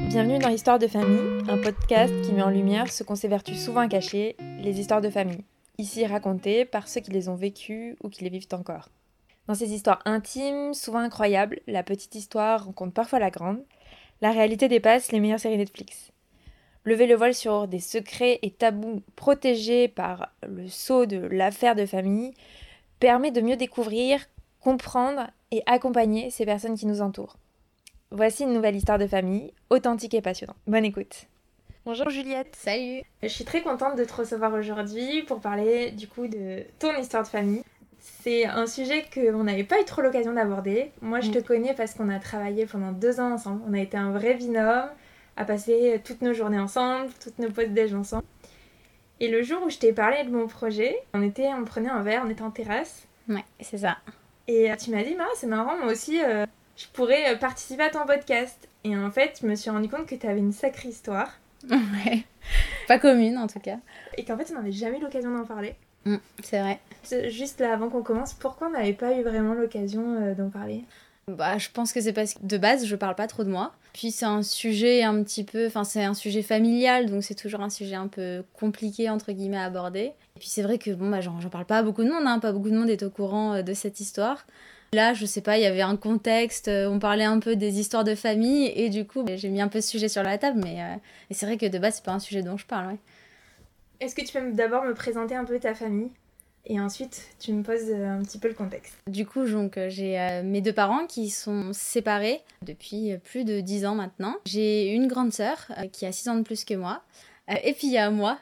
Bienvenue dans Histoire de famille, un podcast qui met en lumière ce qu'on s'évertue souvent à cacher, les histoires de famille, ici racontées par ceux qui les ont vécues ou qui les vivent encore. Dans ces histoires intimes, souvent incroyables, la petite histoire rencontre parfois la grande, la réalité dépasse les meilleures séries Netflix. Lever le voile sur des secrets et tabous protégés par le sceau de l'affaire de famille permet de mieux découvrir, comprendre et accompagner ces personnes qui nous entourent. Voici une nouvelle histoire de famille, authentique et passionnante. Bonne écoute. Bonjour Juliette. Salut. Je suis très contente de te recevoir aujourd'hui pour parler du coup de ton histoire de famille. C'est un sujet qu'on n'avait pas eu trop l'occasion d'aborder. Moi je te connais parce qu'on a travaillé pendant 2 ans ensemble. On a été un vrai binôme, à passer toutes nos journées ensemble, toutes nos pauses déj ensemble. Et le jour où je t'ai parlé de mon projet, on prenait un verre, on était en terrasse. Ouais, c'est ça. Et tu m'as dit, c'est marrant, moi aussi... je pourrais participer à ton podcast. Et en fait, je me suis rendu compte que tu avais une sacrée histoire. Ouais, pas commune en tout cas. Et qu'en fait, on n'avait jamais eu l'occasion d'en parler. C'est vrai. Juste là, avant qu'on commence, pourquoi on n'avait pas eu vraiment l'occasion d'en parler ? Je pense que c'est parce que de base, je parle pas trop de moi. Puis c'est un sujet c'est un sujet familial, donc c'est toujours un sujet un peu compliqué entre guillemets à aborder. Et puis c'est vrai que j'en parle pas à beaucoup de monde, pas beaucoup de monde est au courant de cette histoire. Là, je sais pas, il y avait un contexte, on parlait un peu des histoires de famille et du coup, j'ai mis un peu ce sujet sur la table, mais c'est vrai que de base, c'est pas un sujet dont je parle, ouais. Est-ce que tu peux d'abord me présenter un peu ta famille ? Et ensuite, tu me poses un petit peu le contexte. Du coup, j'ai mes 2 parents qui sont séparés depuis plus de 10 ans maintenant. J'ai une grande sœur qui a 6 ans de plus que moi. Et puis il y a moi,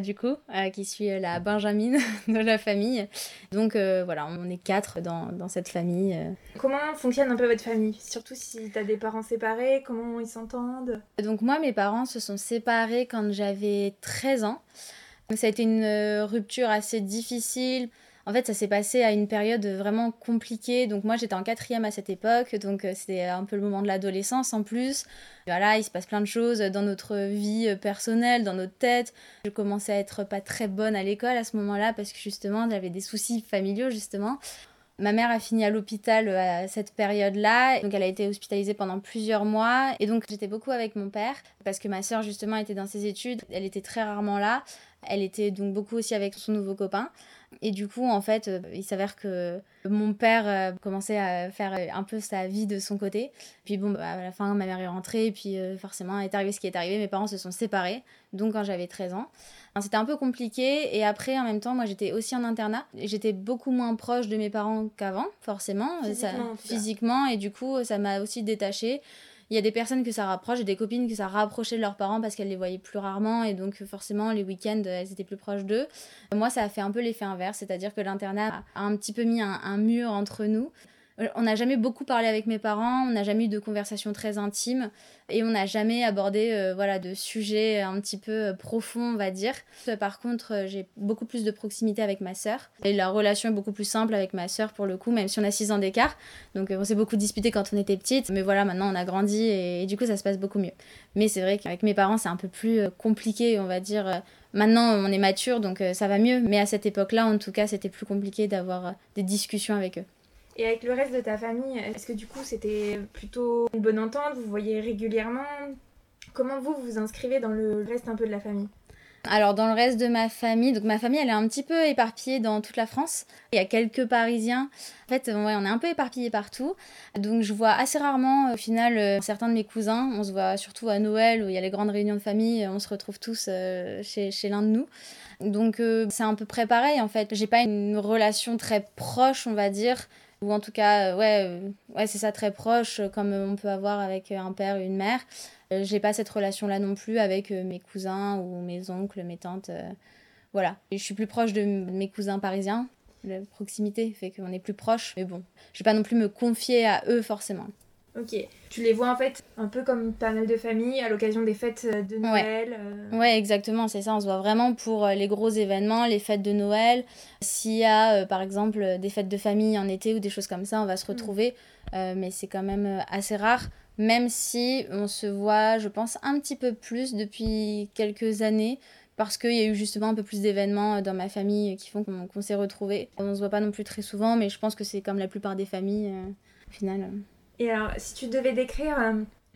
qui suis la Benjamine de la famille. Donc voilà, on est 4 dans cette famille. Comment fonctionne un peu votre famille ? Surtout si t'as des parents séparés, comment ils s'entendent ? Donc moi, mes parents se sont séparés quand j'avais 13 ans. Donc ça a été une rupture assez difficile. En fait, ça s'est passé à une période vraiment compliquée. Donc moi, j'étais en 4e à cette époque. Donc c'était un peu le moment de l'adolescence en plus. Voilà, il se passe plein de choses dans notre vie personnelle, dans notre tête. Je commençais à être pas très bonne à l'école à ce moment-là parce que justement, j'avais des soucis familiaux justement. Ma mère a fini à l'hôpital à cette période-là, donc elle a été hospitalisée pendant plusieurs mois, et donc j'étais beaucoup avec mon père, parce que ma sœur justement était dans ses études, elle était très rarement là, elle était donc beaucoup aussi avec son nouveau copain, et du coup en fait il s'avère que mon père commençait à faire un peu sa vie de son côté, puis à la fin ma mère est rentrée, et puis forcément est arrivé ce qui est arrivé, mes parents se sont séparés, donc quand j'avais 13 ans. C'était un peu compliqué, et après en même temps moi j'étais aussi en internat, j'étais beaucoup moins proche de mes parents qu'avant forcément, physiquement, et du coup ça m'a aussi détachée. Il y a des personnes que ça rapproche, et des copines que ça rapprochait de leurs parents parce qu'elles les voyaient plus rarement, et donc forcément les week-ends elles étaient plus proches d'eux. Moi ça a fait un peu l'effet inverse, c'est-à-dire que l'internat a un petit peu mis un mur entre nous. On n'a jamais beaucoup parlé avec mes parents, on n'a jamais eu de conversation très intime, et on n'a jamais abordé de sujets un petit peu profonds, on va dire. Par contre, j'ai beaucoup plus de proximité avec ma sœur, et la relation est beaucoup plus simple avec ma sœur pour le coup, même si on a 6 ans d'écart. Donc on s'est beaucoup disputé quand on était petite, mais voilà, maintenant on a grandi, et du coup ça se passe beaucoup mieux. Mais c'est vrai qu'avec mes parents c'est un peu plus compliqué, on va dire. Maintenant on est mature, donc ça va mieux, mais à cette époque-là en tout cas c'était plus compliqué d'avoir des discussions avec eux. Et avec le reste de ta famille, est-ce que du coup c'était plutôt une bonne entente, vous vous voyez régulièrement ? Comment vous vous inscrivez dans le reste un peu de la famille ? Alors dans le reste de ma famille, donc ma famille elle est un petit peu éparpillée dans toute la France. Il y a quelques Parisiens. En fait, on est un peu éparpillés partout. Donc je vois assez rarement au final certains de mes cousins. On se voit surtout à Noël où il y a les grandes réunions de famille. On se retrouve tous chez l'un de nous. Donc c'est à peu près pareil en fait. J'ai pas une relation très proche, on va dire. Ou en tout cas, c'est ça, très proche, comme on peut avoir avec un père et une mère. J'ai pas cette relation-là non plus avec mes cousins ou mes oncles, mes tantes. Voilà. Et je suis plus proche de mes cousins parisiens. La proximité fait qu'on est plus proche. Mais bon, je vais pas non plus me confier à eux forcément. Ok. Tu les vois en fait un peu comme pas mal de familles à l'occasion des fêtes de Noël. Ouais, exactement, c'est ça. On se voit vraiment pour les gros événements, les fêtes de Noël. S'il y a par exemple des fêtes de famille en été ou des choses comme ça, on va se retrouver. Mais c'est quand même assez rare. Même si on se voit, je pense, un petit peu plus depuis quelques années. Parce qu'il y a eu justement un peu plus d'événements dans ma famille qui font qu'on s'est retrouvés. On se voit pas non plus très souvent, mais je pense que c'est comme la plupart des familles au final. Et alors, si tu devais décrire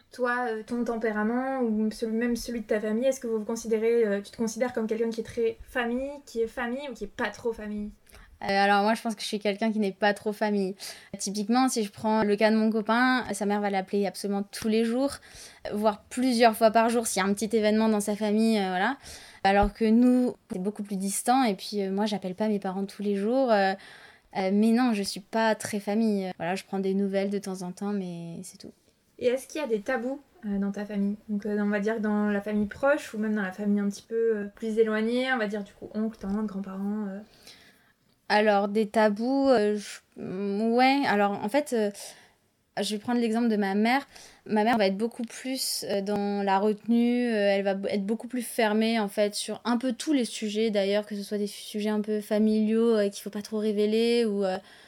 Toi, ton tempérament ou même celui de ta famille, est-ce que vous vous considérez, tu te considères comme quelqu'un qui est très famille ou qui est pas trop famille? Alors moi je pense que je suis quelqu'un qui n'est pas trop famille. Typiquement si je prends le cas de mon copain, sa mère va l'appeler absolument tous les jours, voire plusieurs fois par jour s'il y a un petit événement dans sa famille, voilà. Alors que nous, c'est beaucoup plus distant et puis moi j'appelle pas mes parents tous les jours. Mais non, je suis pas très famille. Voilà, je prends des nouvelles de temps en temps mais c'est tout. Et est-ce qu'il y a des tabous dans ta famille? Donc on va dire dans la famille proche ou même dans la famille un petit peu plus éloignée, on va dire du coup oncle, tante, grands-parents Alors, des tabous, ouais, alors en fait, je vais prendre l'exemple de ma mère. Ma mère va être beaucoup plus dans la retenue, elle va être beaucoup plus fermée en fait sur un peu tous les sujets d'ailleurs, que ce soit des sujets un peu familiaux qu'il faut pas trop révéler ou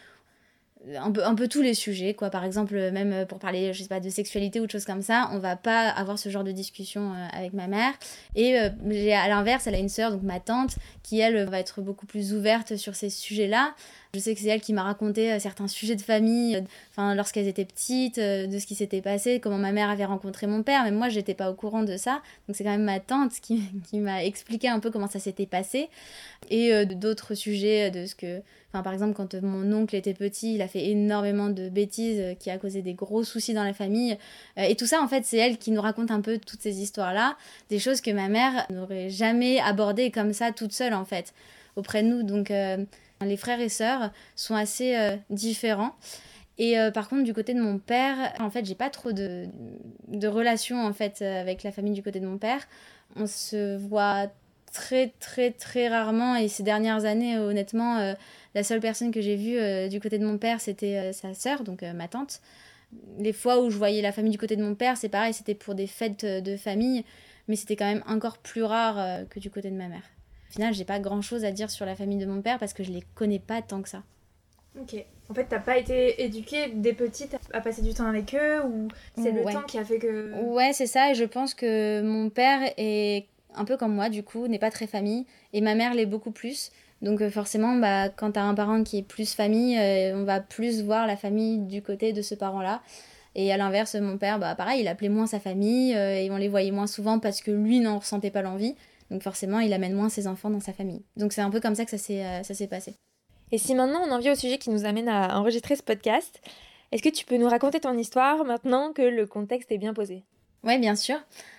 un peu tous les sujets, quoi. Par exemple, même pour parler, je sais pas, de sexualité ou de choses comme ça, on va pas avoir ce genre de discussion avec ma mère. Et à l'inverse, elle a une sœur, donc ma tante, qui elle va être beaucoup plus ouverte sur ces sujets-là. Je sais que c'est elle qui m'a raconté certains sujets de famille, lorsqu'elles étaient petites, de ce qui s'était passé, comment ma mère avait rencontré mon père. Même moi, j'étais pas au courant de ça. Donc c'est quand même ma tante qui m'a expliqué un peu comment ça s'était passé. Et d'autres sujets de ce que... Enfin, par exemple, quand mon oncle était petit, il a fait énormément de bêtises qui a causé des gros soucis dans la famille. Et tout ça, en fait, c'est elle qui nous raconte un peu toutes ces histoires-là. Des choses que ma mère n'aurait jamais abordées comme ça, toute seule, en fait, auprès de nous. Donc, les frères et sœurs sont assez différents. Et par contre, du côté de mon père, en fait, j'ai pas trop de relation, en fait, avec la famille du côté de mon père. On se voit très, très, très rarement. Et ces dernières années, honnêtement... La seule personne que j'ai vue du côté de mon père, c'était sa sœur, donc ma tante. Les fois où je voyais la famille du côté de mon père, c'est pareil, c'était pour des fêtes de famille, mais c'était quand même encore plus rare que du côté de ma mère. Au final, j'ai pas grand-chose à dire sur la famille de mon père parce que je les connais pas tant que ça. Ok. En fait, t'as pas été éduquée dès petite à passer du temps avec eux ou c'est le temps qui a fait que... Ouais, c'est ça, et je pense que mon père est un peu comme moi, du coup, n'est pas très famille, et ma mère l'est beaucoup plus. Donc forcément, quand t'as un parent qui est plus famille, on va plus voir la famille du côté de ce parent-là. Et à l'inverse, mon père, pareil, il appelait moins sa famille et on les voyait moins souvent parce que lui n'en ressentait pas l'envie. Donc forcément, il amène moins ses enfants dans sa famille. Donc c'est un peu comme ça que ça s'est passé. Et si maintenant on en vient au sujet qui nous amène à enregistrer ce podcast, est-ce que tu peux nous raconter ton histoire maintenant que le contexte est bien posé? Ouais, bien sûr.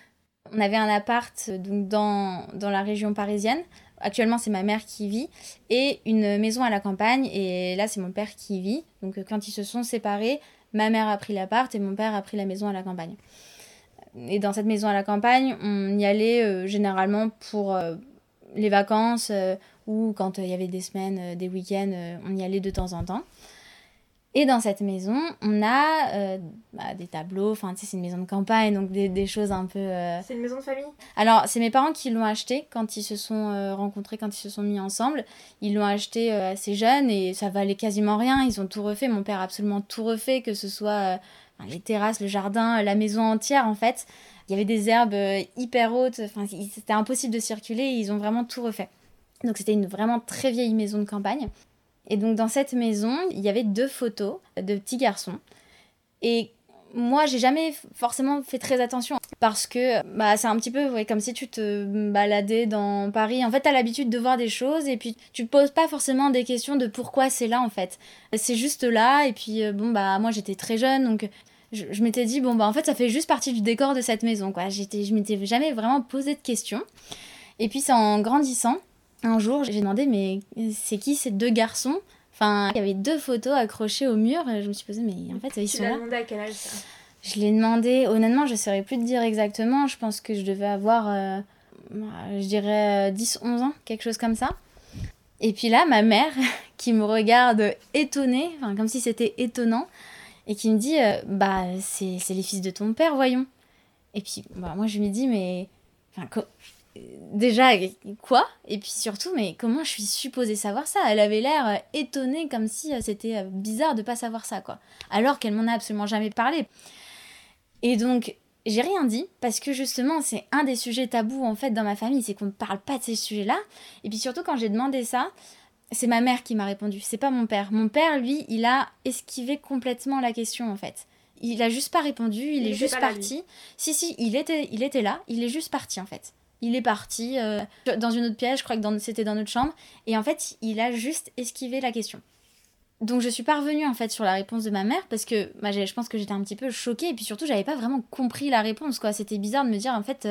On avait un appart donc dans la région parisienne. Actuellement, c'est ma mère qui y vit. Et une maison à la campagne. Et là, c'est mon père qui y vit. Donc, quand ils se sont séparés, ma mère a pris l'appart et mon père a pris la maison à la campagne. Et dans cette maison à la campagne, on y allait généralement pour les vacances ou quand il y avait des semaines, des week-ends, on y allait de temps en temps. Et dans cette maison, on a des tableaux, enfin, tu sais, c'est une maison de campagne, donc des choses un peu... C'est une maison de famille? Alors, c'est mes parents qui l'ont acheté quand ils se sont rencontrés, quand ils se sont mis ensemble. Ils l'ont acheté assez jeune et ça valait quasiment rien. Ils ont tout refait. Mon père a absolument tout refait, que ce soit les terrasses, le jardin, la maison entière, en fait. Il y avait des herbes hyper hautes. Enfin, c'était impossible de circuler et ils ont vraiment tout refait. Donc, c'était une vraiment très vieille maison de campagne. Et donc dans cette maison, il y avait 2 photos de petits garçons. Et moi, j'ai jamais forcément fait très attention parce que c'est un petit peu comme si tu te baladais dans Paris. En fait, t'as l'habitude de voir des choses et puis tu te poses pas forcément des questions de pourquoi c'est là en fait. C'est juste là et puis moi j'étais très jeune donc je m'étais dit en fait ça fait juste partie du décor de cette maison quoi. Je m'étais jamais vraiment posé de questions. Et puis c'est en grandissant. Un jour, j'ai demandé, mais c'est qui ces 2 garçons? Enfin, il y avait 2 photos accrochées au mur. Et je me suis posée, mais en fait, ils sont là. Tu l'as demandé à quel âge, ça? Je l'ai demandé, honnêtement, je ne saurais plus te dire exactement. Je pense que je devais avoir, je dirais, 10-11 ans, quelque chose comme ça. Et puis là, ma mère, qui me regarde étonnée, comme si c'était étonnant, et qui me dit, c'est les fils de ton père, voyons. Et puis, moi, je lui dis, mais... Déjà, quoi? Et puis surtout, mais comment je suis supposée savoir ça? Elle avait l'air étonnée, comme si c'était bizarre de pas savoir ça, quoi. Alors qu'elle m'en a absolument jamais parlé. Et donc, j'ai rien dit, parce que justement, c'est un des sujets tabous, en fait, dans ma famille, c'est qu'on ne parle pas de ces sujets-là. Et puis surtout, quand j'ai demandé ça, c'est ma mère qui m'a répondu, c'est pas mon père. Mon père, lui, il a esquivé complètement la question, en fait. il a juste pas répondu, il est juste parti. Là, si, il était là, il est juste parti en fait. Il est parti dans une autre pièce, je crois que c'était dans notre chambre, et en fait, il a juste esquivé la question. Donc je suis pas revenue en fait sur la réponse de ma mère parce que je pense que j'étais un petit peu choquée et puis surtout j'avais pas vraiment compris la réponse quoi. C'était bizarre de me dire en fait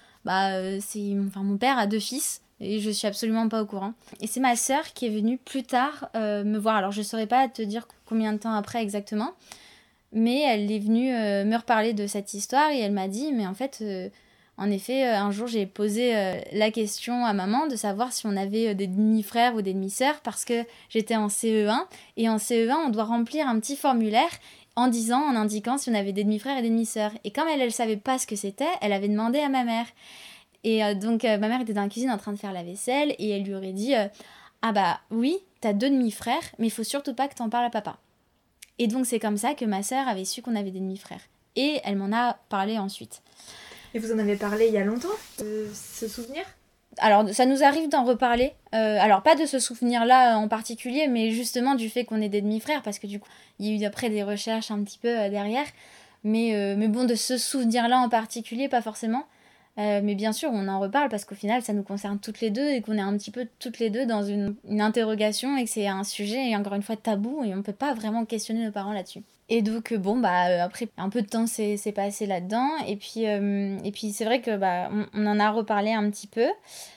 mon père a 2 fils et je suis absolument pas au courant. Et c'est ma sœur qui est venue plus tard me voir. Alors je saurais pas te dire combien de temps après exactement, mais elle est venue me reparler de cette histoire et elle m'a dit mais en fait en effet, un jour, j'ai posé la question à maman de savoir si on avait des demi-frères ou des demi-sœurs parce que j'étais en CE1. Et en CE1, on doit remplir un petit formulaire en indiquant si on avait des demi-frères et des demi-sœurs. Et comme elle savait pas ce que c'était, elle avait demandé à ma mère. Et donc, ma mère était dans la cuisine en train de faire la vaisselle et elle lui aurait dit ah bah oui, t'as 2 demi-frères, mais il faut surtout pas que t'en parles à papa. Et donc, c'est comme ça que ma sœur avait su qu'on avait des demi-frères. Et elle m'en a parlé ensuite. Et vous en avez parlé il y a longtemps, ce souvenir ? Alors, ça nous arrive d'en reparler. Alors, pas de ce souvenir-là en particulier, mais justement du fait qu'on est des demi-frères, parce que du coup, il y a eu après des recherches un petit peu derrière. Mais bon, de ce souvenir-là en particulier, pas forcément. Mais bien sûr, on en reparle parce qu'au final, ça nous concerne toutes les deux et qu'on est un petit peu toutes les deux dans une interrogation et que c'est un sujet, et encore une fois, tabou et on peut pas vraiment questionner nos parents là-dessus. Et donc, après, un peu de temps s'est passé là-dedans. Et puis c'est vrai que on en a reparlé un petit peu.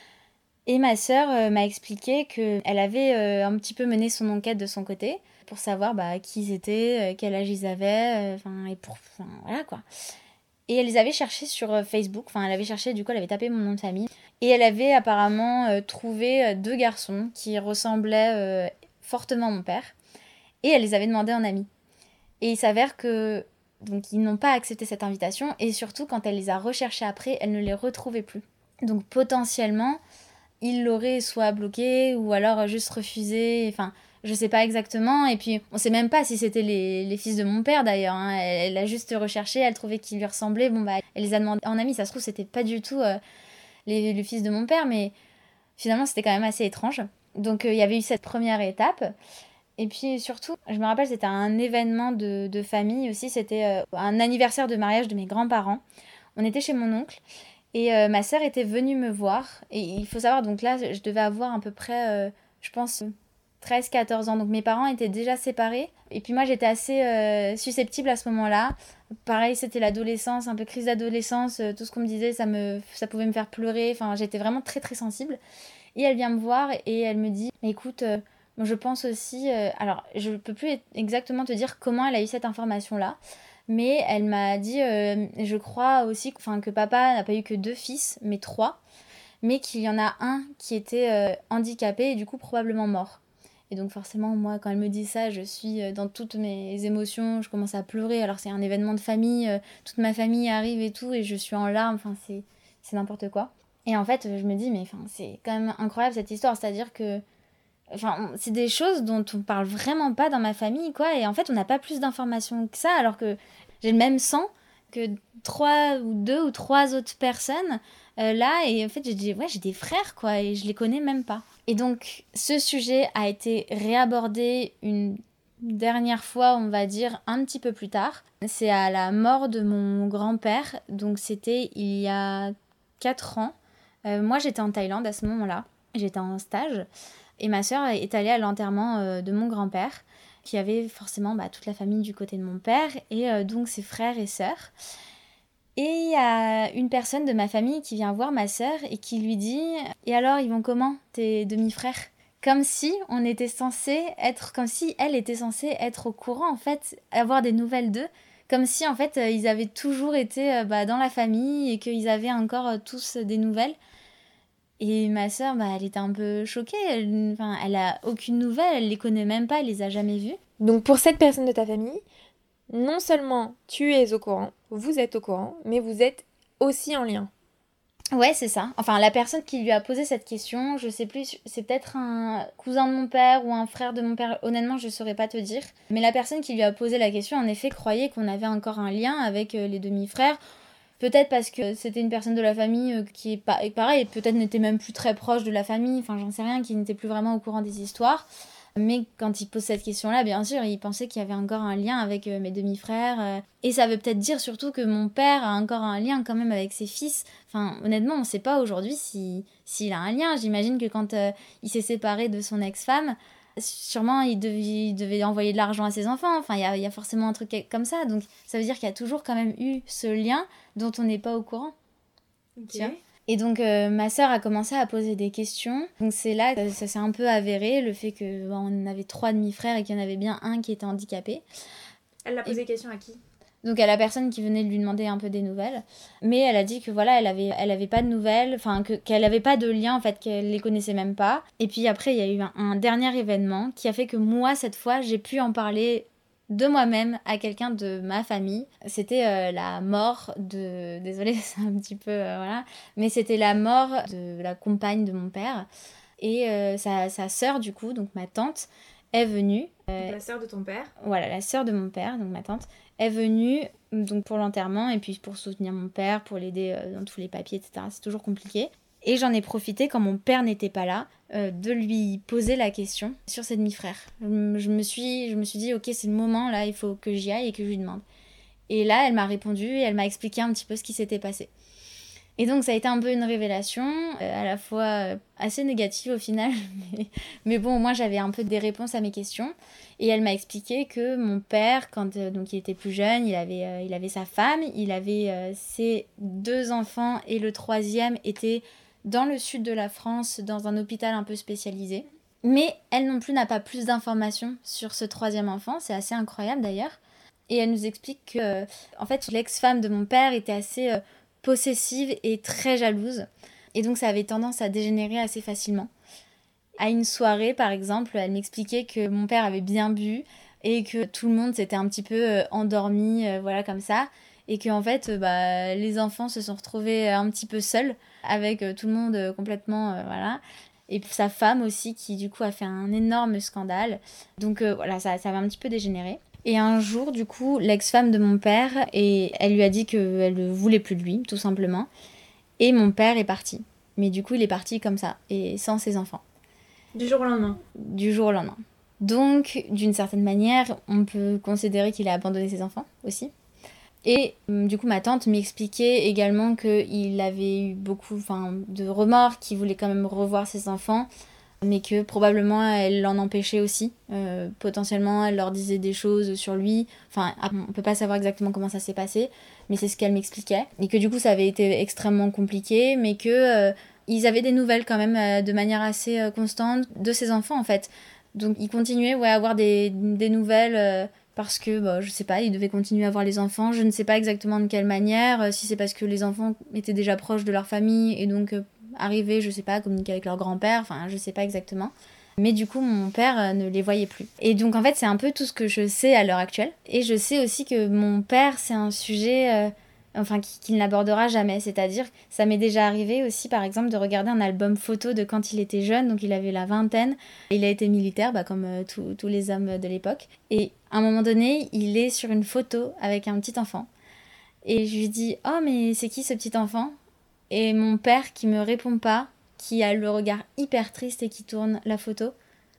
Et ma sœur m'a expliqué qu'elle avait un petit peu mené son enquête de son côté pour savoir qui ils étaient, quel âge ils avaient, voilà quoi. Et elle les avait cherchés sur Facebook, elle avait cherché, du coup elle avait tapé mon nom de famille. Et elle avait apparemment trouvé 2 garçons qui ressemblaient fortement à mon père. Et elle les avait demandés en ami. Et il s'avère que donc ils n'ont pas accepté cette invitation et surtout quand elle les a recherchés après, elle ne les retrouvait plus. Donc potentiellement, ils l'auraient soit bloqué ou alors juste refusé, je sais pas exactement. Et puis on sait même pas si c'était les fils de mon père d'ailleurs, hein. Elle a juste recherché, elle trouvait qu'ils lui ressemblaient, elle les a demandés en ami, ça se trouve c'était pas du tout les fils de mon père, mais finalement c'était quand même assez étrange. Donc il y avait eu cette première étape. Et puis surtout, je me rappelle, c'était un événement de famille aussi. C'était un anniversaire de mariage de mes grands-parents. On était chez mon oncle et ma sœur était venue me voir. Et il faut savoir, donc là, je devais avoir à peu près, je pense, 13-14 ans. Donc mes parents étaient déjà séparés. Et puis moi, j'étais assez susceptible à ce moment-là. Pareil, c'était l'adolescence, un peu crise d'adolescence. Tout ce qu'on me disait, ça pouvait me faire pleurer. J'étais vraiment très très sensible. Et elle vient me voir et elle me dit, écoute... je pense aussi... alors, je peux plus exactement te dire comment elle a eu cette information-là, mais elle m'a dit, je crois aussi que papa n'a pas eu que 2 fils, mais 3, mais qu'il y en a un qui était handicapé et du coup probablement mort. Et donc forcément, moi, quand elle me dit ça, je suis dans toutes mes émotions, je commence à pleurer, alors c'est un événement de famille, toute ma famille arrive et tout, et je suis en larmes, c'est n'importe quoi. Et en fait, je me dis, mais c'est quand même incroyable cette histoire, c'est-à-dire que c'est des choses dont on parle vraiment pas dans ma famille, quoi. Et en fait, on n'a pas plus d'informations que ça, alors que j'ai le même sang que 2 ou 3 autres personnes là. Et en fait, j'ai des frères, quoi, et je les connais même pas. Et donc, ce sujet a été réabordé une dernière fois, on va dire, un petit peu plus tard. C'est à la mort de mon grand-père, donc c'était il y a 4 ans. Moi, j'étais en Thaïlande à ce moment-là. J'étais en stage. Et ma sœur est allée à l'enterrement de mon grand-père, qui avait forcément toute la famille du côté de mon père, et donc ses frères et sœurs. Et il y a une personne de ma famille qui vient voir ma sœur et qui lui dit « Et alors, ils vont comment, tes demi-frères ?» Comme si elle était censée être au courant, en fait, avoir des nouvelles d'eux. Comme si, en fait, ils avaient toujours été dans la famille et qu'ils avaient encore tous des nouvelles. Et ma sœur, elle était un peu choquée. Elle a aucune nouvelle, elle les connaît même pas, elle les a jamais vus. Donc pour cette personne de ta famille, non seulement tu es au courant, vous êtes au courant, mais vous êtes aussi en lien. Ouais, c'est ça. La personne qui lui a posé cette question, je sais plus, c'est peut-être un cousin de mon père ou un frère de mon père. Honnêtement, je saurais pas te dire. Mais la personne qui lui a posé la question, en effet, croyait qu'on avait encore un lien avec les demi-frères. Peut-être parce que c'était une personne de la famille qui pareil, peut-être n'était même plus très proche de la famille, j'en sais rien, qui n'était plus vraiment au courant des histoires. Mais quand il pose cette question-là, bien sûr, il pensait qu'il y avait encore un lien avec mes demi-frères. Et ça veut peut-être dire surtout que mon père a encore un lien quand même avec ses fils. Enfin, honnêtement, on ne sait pas aujourd'hui s'il a un lien. J'imagine que quand il s'est séparé de son ex-femme, sûrement il devait envoyer de l'argent à ses enfants. Enfin, il y a forcément un truc comme ça. Donc, ça veut dire qu'il y a toujours quand même eu ce lien dont on n'est pas au courant. Ok. Et donc ma sœur a commencé à poser des questions. Donc c'est là que ça s'est un peu avéré, le fait qu'on avait 3 demi-frères et qu'il y en avait bien un qui était handicapé. Elle a posé des questions à qui? Donc à la personne qui venait de lui demander un peu des nouvelles. Mais elle a dit que voilà, elle avait pas de nouvelles, enfin qu'elle avait pas de lien en fait, qu'elle les connaissait même pas. Et puis après il y a eu un dernier événement qui a fait que moi cette fois j'ai pu en parler de moi-même à quelqu'un de ma famille. C'était la mort de... Désolée, c'est un petit peu... voilà. Mais c'était la mort de la compagne de mon père. Et sa sœur, du coup, donc ma tante, est venue. Donc la sœur de ton père. Voilà, la sœur de mon père, donc ma tante, est venue donc pour l'enterrement et puis pour soutenir mon père, pour l'aider dans tous les papiers, etc. C'est toujours compliqué. Et j'en ai profité, quand mon père n'était pas là, de lui poser la question sur ses demi-frères. Je me suis dit, ok, c'est le moment, là, il faut que j'y aille et que je lui demande. Et là, elle m'a répondu et elle m'a expliqué un petit peu ce qui s'était passé. Et donc, ça a été un peu une révélation, à la fois assez négative au final, mais bon, moi, j'avais un peu des réponses à mes questions. Et elle m'a expliqué que mon père, quand donc il était plus jeune, il avait sa femme, il avait ses 2 enfants et le 3e était dans le sud de la France, dans un hôpital un peu spécialisé. Mais elle non plus n'a pas plus d'informations sur ce 3e enfant, c'est assez incroyable d'ailleurs. Et elle nous explique que, en fait, l'ex-femme de mon père était assez possessive et très jalouse. Et donc ça avait tendance à dégénérer assez facilement. À une soirée, par exemple, elle m'expliquait que mon père avait bien bu et que tout le monde s'était un petit peu endormi, voilà, comme ça. Et que en fait, les enfants se sont retrouvés un petit peu seuls, avec tout le monde complètement, voilà. Et sa femme aussi, qui du coup a fait un énorme scandale. Donc voilà, ça avait un petit peu dégénéré. Et un jour, du coup, l'ex-femme de mon père, et elle lui a dit qu'elle ne voulait plus de lui, tout simplement. Et mon père est parti. Mais du coup, il est parti comme ça, et sans ses enfants. Du jour au lendemain. Du jour au lendemain. Donc, d'une certaine manière, on peut considérer qu'il a abandonné ses enfants aussi. Et du coup, ma tante m'expliquait également qu'il avait eu beaucoup de remords, qu'il voulait quand même revoir ses enfants, mais que probablement elle l'en empêchait aussi. Potentiellement, elle leur disait des choses sur lui. Enfin, on peut pas savoir exactement comment ça s'est passé, mais c'est ce qu'elle m'expliquait. Et que du coup, ça avait été extrêmement compliqué, mais que ils avaient des nouvelles quand même de manière assez constante de ses enfants en fait. Donc ils continuaient à avoir des nouvelles parce que, je sais pas, ils devaient continuer à voir les enfants. Je ne sais pas exactement de quelle manière, si c'est parce que les enfants étaient déjà proches de leur famille et donc arrivaient, je sais pas, à communiquer avec leur grand-père, enfin je sais pas exactement. Mais du coup, mon père ne les voyait plus. Et donc en fait, c'est un peu tout ce que je sais à l'heure actuelle. Et je sais aussi que mon père, c'est un sujet... qu'il n'abordera jamais, c'est-à-dire ça m'est déjà arrivé aussi par exemple de regarder un album photo de quand il était jeune, donc il avait la vingtaine, il a été militaire comme tous les hommes de l'époque, et à un moment donné il est sur une photo avec un petit enfant, et je lui dis oh mais c'est qui ce petit enfant, et mon père qui me répond pas, qui a le regard hyper triste et qui tourne la photo,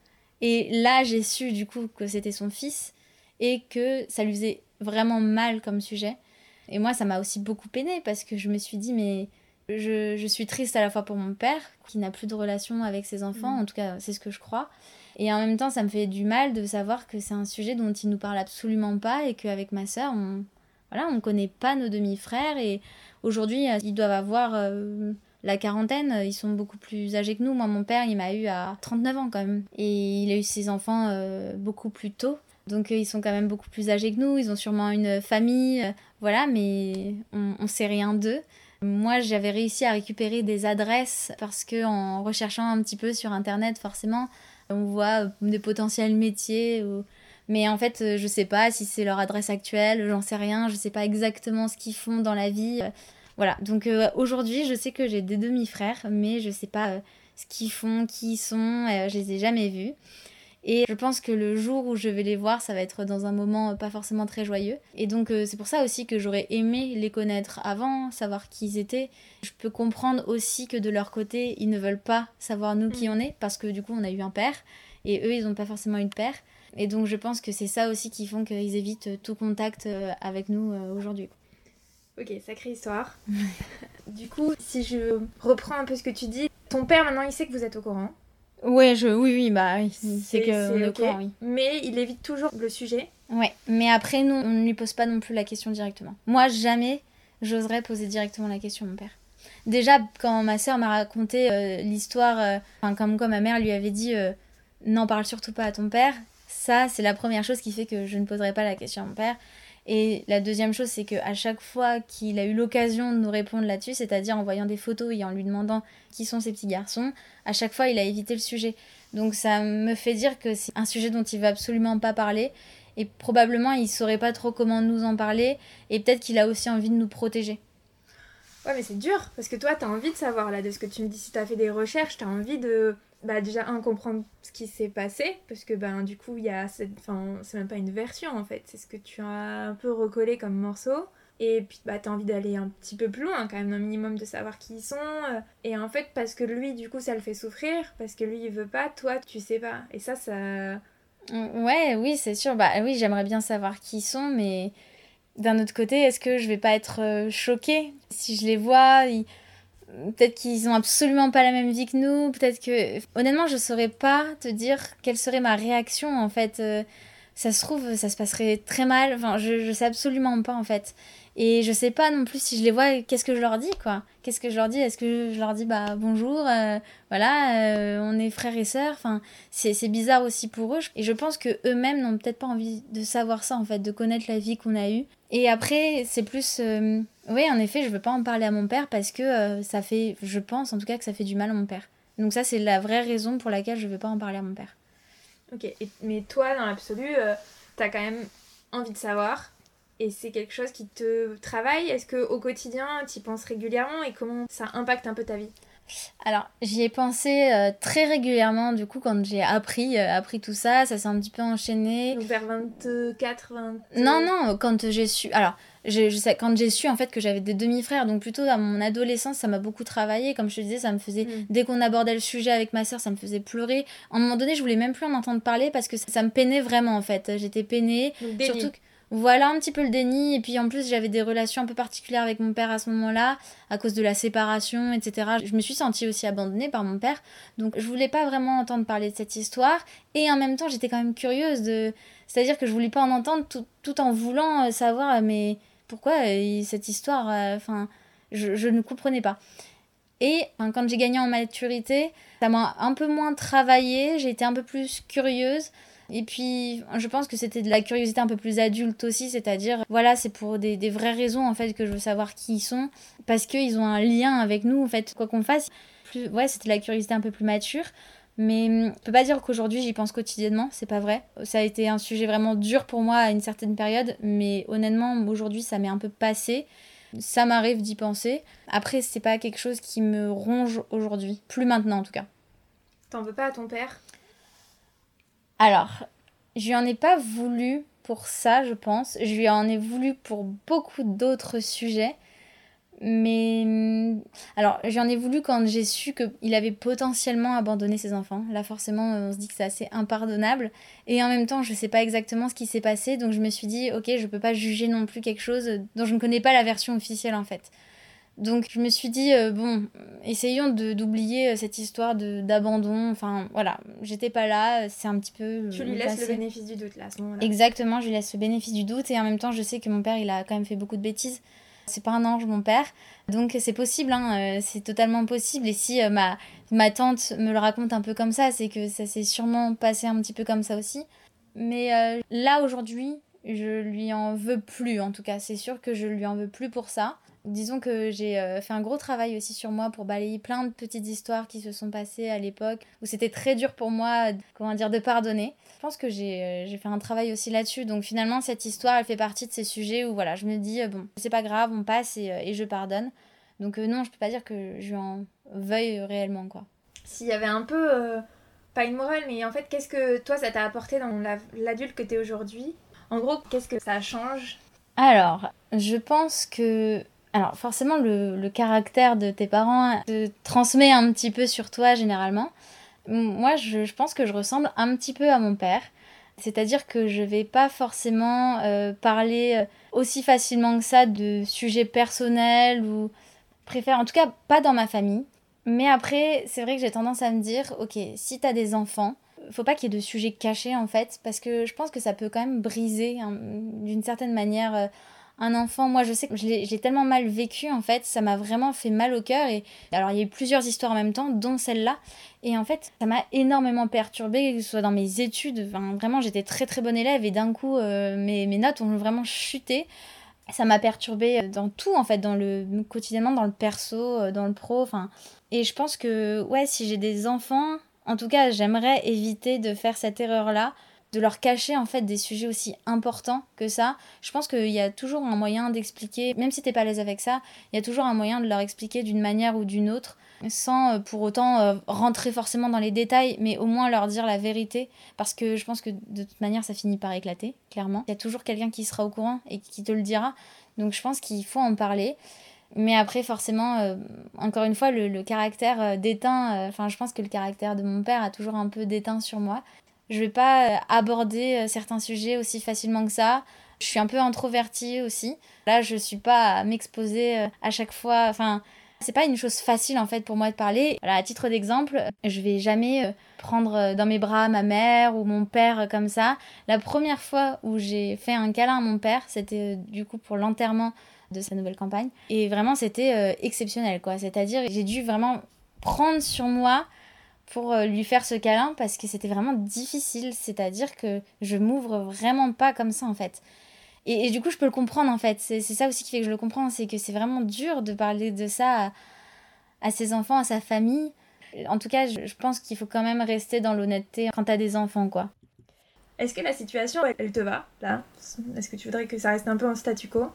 et là j'ai su du coup que c'était son fils et que ça lui faisait vraiment mal comme sujet. Et moi, ça m'a aussi beaucoup peinée parce que je me suis dit, mais je suis triste à la fois pour mon père, qui n'a plus de relation avec ses enfants, en tout cas, c'est ce que je crois. Et en même temps, ça me fait du mal de savoir que c'est un sujet dont il nous parle absolument pas et qu'avec ma sœur, on connaît pas nos demi-frères. Et aujourd'hui, ils doivent avoir la quarantaine, ils sont beaucoup plus âgés que nous. Moi, mon père, il m'a eu à 39 ans quand même. Et il a eu ses enfants beaucoup plus tôt. Donc ils sont quand même beaucoup plus âgés que nous, ils ont sûrement une famille, voilà, mais on sait rien d'eux. Moi, j'avais réussi à récupérer des adresses parce que en recherchant un petit peu sur internet, forcément, on voit des potentiels métiers. Mais en fait, je sais pas si c'est leur adresse actuelle, j'en sais rien, je sais pas exactement ce qu'ils font dans la vie. Voilà, donc aujourd'hui, je sais que j'ai des demi-frères, mais je sais pas ce qu'ils font, qui ils sont, je les ai jamais vus. Et je pense que le jour où je vais les voir, ça va être dans un moment pas forcément très joyeux. Et donc c'est pour ça aussi que j'aurais aimé les connaître avant, savoir qui ils étaient. Je peux comprendre aussi que de leur côté, ils ne veulent pas savoir nous qui on est, parce que du coup on a eu un père. et eux, ils n'ont pas forcément eu de père. Et donc, je pense que c'est ça aussi qui font qu'ils évitent tout contact avec nous aujourd'hui. Ok, sacrée histoire. Du coup, si je reprends un peu ce que tu dis, ton père, maintenant, il sait que vous êtes au courant. Oui, bah oui, c'est qu'on est au ok. courant, oui. Mais il évite toujours le sujet. Ouais, mais après, nous, on ne lui pose pas non plus la question directement. Moi, jamais, j'oserais poser directement la question à mon père. Déjà, quand ma sœur m'a raconté l'histoire, comme quoi ma mère lui avait dit n'en parle surtout pas à ton père, ça, c'est la première chose qui fait que je ne poserai pas la question à mon père. Et la deuxième chose, c'est qu'à chaque fois qu'il a eu l'occasion de nous répondre là-dessus, c'est-à-dire en voyant des photos et en lui demandant qui sont ces petits garçons, à chaque fois, il a évité le sujet. Donc ça me fait dire que c'est un sujet dont il va absolument pas parler. Et probablement, il saurait pas trop comment nous en parler. Et peut-être qu'il a aussi envie de nous protéger. Ouais, mais c'est dur, parce que toi, t'as envie de savoir, là, de ce que tu me dis. Si t'as fait des recherches, t'as envie de, déjà, comprendre ce qui s'est passé, parce que, du coup, il y a cette... Enfin, c'est même pas une version, en fait. C'est ce que tu as un peu recollé comme morceau. Et puis, t'as envie d'aller un petit peu plus loin, quand même, un minimum de savoir qui ils sont. Et en fait, parce que lui, du coup, ça le fait souffrir, parce que lui, il veut pas, toi, tu sais pas. Et ça... Ouais, oui, c'est sûr. Bah oui, j'aimerais bien savoir qui ils sont, mais d'un autre côté, est-ce que je vais pas être choquée si je les vois peut-être qu'ils ont absolument pas la même vie que nous, peut-être que... Honnêtement, je saurais pas te dire quelle serait ma réaction, en fait. Ça se trouve, ça se passerait très mal. Enfin, je sais absolument pas, en fait. Et je sais pas non plus si je les vois, qu'est-ce que je leur dis, quoi. Qu'est-ce que je leur dis? Est-ce que je leur dis, bonjour, voilà, on est frères et sœurs. Enfin, c'est bizarre aussi pour eux. Et je pense que eux-mêmes n'ont peut-être pas envie de savoir ça, en fait, de connaître la vie qu'on a eue. Et après, c'est plus... Oui, en effet, je veux pas en parler à mon père parce que ça fait... Je pense, en tout cas, que ça fait du mal à mon père. Donc ça, c'est la vraie raison pour laquelle je veux pas en parler à mon père. Ok, mais toi, dans l'absolu, t'as quand même envie de savoir, et c'est quelque chose qui te travaille. Est-ce qu'au quotidien, t'y penses régulièrement, et comment ça impacte un peu ta vie? Alors, j'y ai pensé très régulièrement, du coup, quand j'ai appris tout ça, ça s'est un petit peu enchaîné. Donc vers 24, 20... Non, quand j'ai su... Alors, je sais, quand j'ai su, en fait, que j'avais des demi-frères, donc plutôt à mon adolescence, ça m'a beaucoup travaillé. Comme je te disais, ça me faisait... Dès qu'on abordait le sujet avec ma sœur, ça me faisait pleurer. À un moment donné, je voulais même plus en entendre parler parce que ça me peinait vraiment, en fait. J'étais peinée. Donc déni. Surtout que... Voilà un petit peu le déni, et puis en plus j'avais des relations un peu particulières avec mon père à ce moment-là, à cause de la séparation, etc. Je me suis sentie aussi abandonnée par mon père, donc je voulais pas vraiment entendre parler de cette histoire, et en même temps j'étais quand même curieuse de... C'est-à-dire que je voulais pas en entendre tout en voulant savoir, mais pourquoi cette histoire, enfin, je ne comprenais pas. Et quand j'ai gagné en maturité, ça m'a un peu moins travaillé, j'ai été un peu plus curieuse. Et puis, je pense que c'était de la curiosité un peu plus adulte aussi, c'est-à-dire, voilà, c'est pour des vraies raisons, en fait, que je veux savoir qui ils sont, parce qu'ils ont un lien avec nous, en fait, quoi qu'on fasse. Ouais, c'était de la curiosité un peu plus mature, mais je peux pas dire qu'aujourd'hui, j'y pense quotidiennement, c'est pas vrai. Ça a été un sujet vraiment dur pour moi à une certaine période, mais honnêtement, aujourd'hui, ça m'est un peu passé. Ça m'arrive d'y penser. Après, c'est pas quelque chose qui me ronge aujourd'hui, plus maintenant en tout cas. T'en veux pas à ton père? Alors, je lui en ai pas voulu pour ça, je pense. Je lui en ai voulu pour beaucoup d'autres sujets. Mais... Alors, j'en ai voulu quand j'ai su qu'il avait potentiellement abandonné ses enfants. Là, forcément, on se dit que c'est assez impardonnable. Et en même temps, je sais pas exactement ce qui s'est passé. Donc, je me suis dit, ok, je peux pas juger non plus quelque chose dont je ne connais pas la version officielle, en fait. Donc je me suis dit, essayons d'oublier cette histoire d'abandon. Enfin voilà, j'étais pas là, c'est un petit peu... Tu lui laisses le bénéfice du doute là, à ce moment-là. Exactement, je lui laisse le bénéfice du doute, et en même temps je sais que mon père il a quand même fait beaucoup de bêtises. C'est pas un ange mon père, donc c'est possible, hein, c'est totalement possible. Et si ma tante me le raconte un peu comme ça, c'est que ça s'est sûrement passé un petit peu comme ça aussi. Mais là aujourd'hui, je lui en veux plus, en tout cas c'est sûr que je lui en veux plus pour ça. Disons que j'ai fait un gros travail aussi sur moi pour balayer plein de petites histoires qui se sont passées à l'époque, où c'était très dur pour moi, de pardonner. Je pense que j'ai fait un travail aussi là-dessus, donc finalement cette histoire elle fait partie de ces sujets où voilà, je me dis bon, c'est pas grave, on passe et je pardonne. Donc non, je peux pas dire que je lui en veuille réellement, quoi. S'il y avait un peu, pas une morale, mais en fait qu'est-ce que toi ça t'a apporté dans l'adulte que t'es aujourd'hui? En gros, qu'est-ce que ça change? Alors, je pense que... Alors forcément, le caractère de tes parents te transmet un petit peu sur toi généralement. Moi, je pense que je ressemble un petit peu à mon père. C'est-à-dire que je vais pas forcément parler aussi facilement que ça de sujets personnels ou préfère, en tout cas pas dans ma famille. Mais après, c'est vrai que j'ai tendance à me dire, ok, si t'as des enfants, faut pas qu'il y ait de sujets cachés en fait, parce que je pense que ça peut quand même briser d'une certaine manière un enfant. Moi, je sais que j'ai tellement mal vécu en fait, ça m'a vraiment fait mal au cœur. Et alors, il y a eu plusieurs histoires en même temps, dont celle-là. Et en fait, ça m'a énormément perturbée, que ce soit dans mes études. Enfin, vraiment, j'étais très très bonne élève et d'un coup, mes notes ont vraiment chuté. Ça m'a perturbée dans tout en fait, quotidiennement, dans le perso, dans le pro. Enfin, et je pense que ouais, si j'ai des enfants, en tout cas, j'aimerais éviter de faire cette erreur-là, de leur cacher en fait des sujets aussi importants que ça. Je pense qu'il y a toujours un moyen d'expliquer, même si t'es pas à l'aise avec ça, il y a toujours un moyen de leur expliquer d'une manière ou d'une autre, sans pour autant rentrer forcément dans les détails, mais au moins leur dire la vérité, parce que je pense que de toute manière ça finit par éclater, clairement. Il y a toujours quelqu'un qui sera au courant et qui te le dira, donc je pense qu'il faut en parler. Mais après, forcément, encore une fois, le caractère déteint, enfin, je pense que le caractère de mon père a toujours un peu déteint sur moi. Je vais pas aborder certains sujets aussi facilement que ça. Je suis un peu introvertie aussi. Là, je suis pas à m'exposer à chaque fois. Enfin, c'est pas une chose facile en fait pour moi de parler. Voilà, à titre d'exemple, je vais jamais prendre dans mes bras ma mère ou mon père comme ça. La première fois où j'ai fait un câlin à mon père, c'était du coup pour l'enterrement de sa nouvelle campagne. Et vraiment, c'était exceptionnel, quoi. C'est-à-dire, j'ai dû vraiment prendre sur moi pour lui faire ce câlin parce que c'était vraiment difficile. C'est-à-dire que je m'ouvre vraiment pas comme ça, en fait. Et du coup, je peux le comprendre, en fait. C'est ça aussi qui fait que je le comprends. C'est que c'est vraiment dur de parler de ça à ses enfants, à sa famille. En tout cas, je pense qu'il faut quand même rester dans l'honnêteté quand t'as des enfants, quoi. Est-ce que la situation, elle te va, là? Est-ce que tu voudrais que ça reste un peu en statu quo?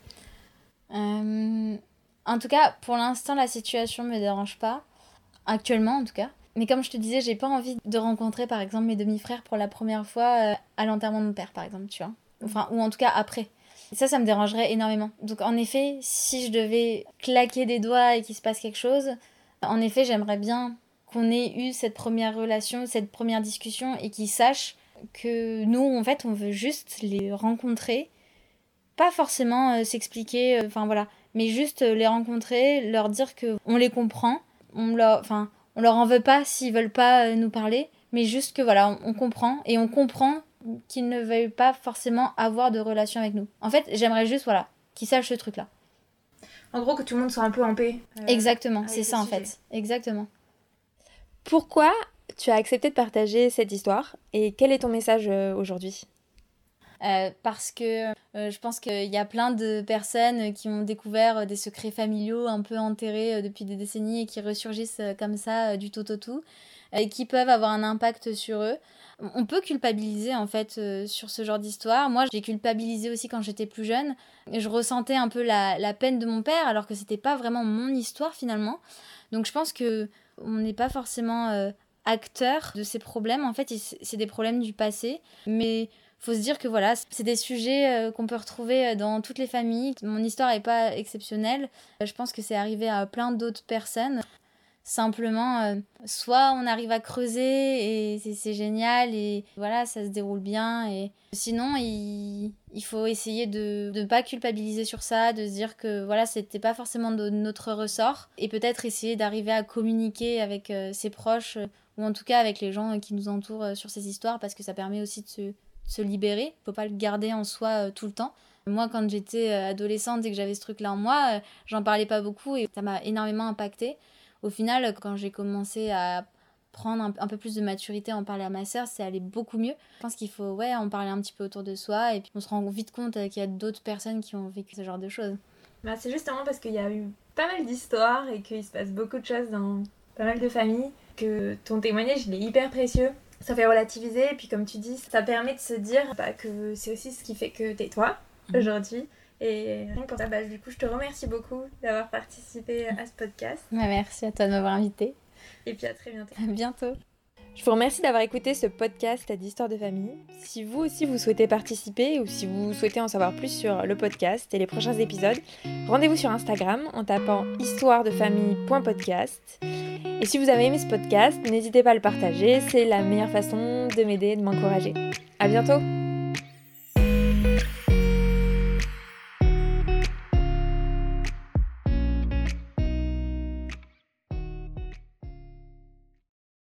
En tout cas, pour l'instant, la situation me dérange pas. Actuellement, en tout cas. Mais comme je te disais, j'ai pas envie de rencontrer, par exemple, mes demi-frères pour la première fois à l'enterrement de mon père, par exemple, tu vois. Enfin, ou en tout cas après. Et ça me dérangerait énormément. Donc, en effet, si je devais claquer des doigts et qu'il se passe quelque chose, en effet, j'aimerais bien qu'on ait eu cette première relation, cette première discussion et qu'ils sachent que nous, en fait, on veut juste les rencontrer. Pas forcément s'expliquer, enfin voilà, mais juste les rencontrer, leur dire que on les comprend, on leur en veut pas s'ils veulent pas nous parler, mais juste que voilà, on comprend et on comprend qu'ils ne veuillent pas forcément avoir de relation avec nous. En fait, j'aimerais juste voilà, qu'ils sachent ce truc-là. En gros, que tout le monde soit un peu en paix. Exactement, c'est ça en fait. Exactement. Pourquoi tu as accepté de partager cette histoire et quel est ton message aujourd'hui? Parce que je pense qu'il y a plein de personnes qui ont découvert des secrets familiaux un peu enterrés depuis des décennies et qui ressurgissent comme ça du tout au tout et qui peuvent avoir un impact sur eux. On peut culpabiliser en fait sur ce genre d'histoire. Moi, j'ai culpabilisé aussi quand j'étais plus jeune. Et je ressentais un peu la peine de mon père alors que c'était pas vraiment mon histoire finalement. Donc je pense que on n'est pas forcément acteur de ces problèmes. En fait, c'est des problèmes du passé, mais faut se dire que voilà, c'est des sujets qu'on peut retrouver dans toutes les familles. Mon histoire n'est pas exceptionnelle. Je pense que c'est arrivé à plein d'autres personnes. Simplement, soit on arrive à creuser et c'est génial et voilà, ça se déroule bien. Et sinon, il faut essayer de ne pas culpabiliser sur ça, de se dire que voilà, c'était pas forcément de notre ressort. Et peut-être essayer d'arriver à communiquer avec ses proches ou en tout cas avec les gens qui nous entourent sur ces histoires parce que ça permet aussi de se libérer, faut pas le garder en soi tout le temps. Moi, quand j'étais adolescente et que j'avais ce truc-là en moi, j'en parlais pas beaucoup et ça m'a énormément impactée. Au final, quand j'ai commencé à prendre un peu plus de maturité, en parler à ma sœur, c'est allé beaucoup mieux. Je pense qu'il faut en parler un petit peu autour de soi et puis on se rend vite compte qu'il y a d'autres personnes qui ont vécu ce genre de choses. Bah, c'est justement parce qu'il y a eu pas mal d'histoires et qu'il se passe beaucoup de choses dans pas mal de familles que ton témoignage il est hyper précieux. Ça fait relativiser et puis comme tu dis, ça permet de se dire que c'est aussi ce qui fait que t'es toi aujourd'hui. Et rien que pour ça, du coup, je te remercie beaucoup d'avoir participé à ce podcast. Merci à toi de m'avoir invitée. Et puis à très bientôt. À bientôt. Je vous remercie d'avoir écouté ce podcast d'Histoire de famille. Si vous aussi vous souhaitez participer ou si vous souhaitez en savoir plus sur le podcast et les prochains épisodes, rendez-vous sur Instagram en tapant histoiredefamille.podcast. Et si vous avez aimé ce podcast, n'hésitez pas à le partager, c'est la meilleure façon de m'aider et de m'encourager. À bientôt!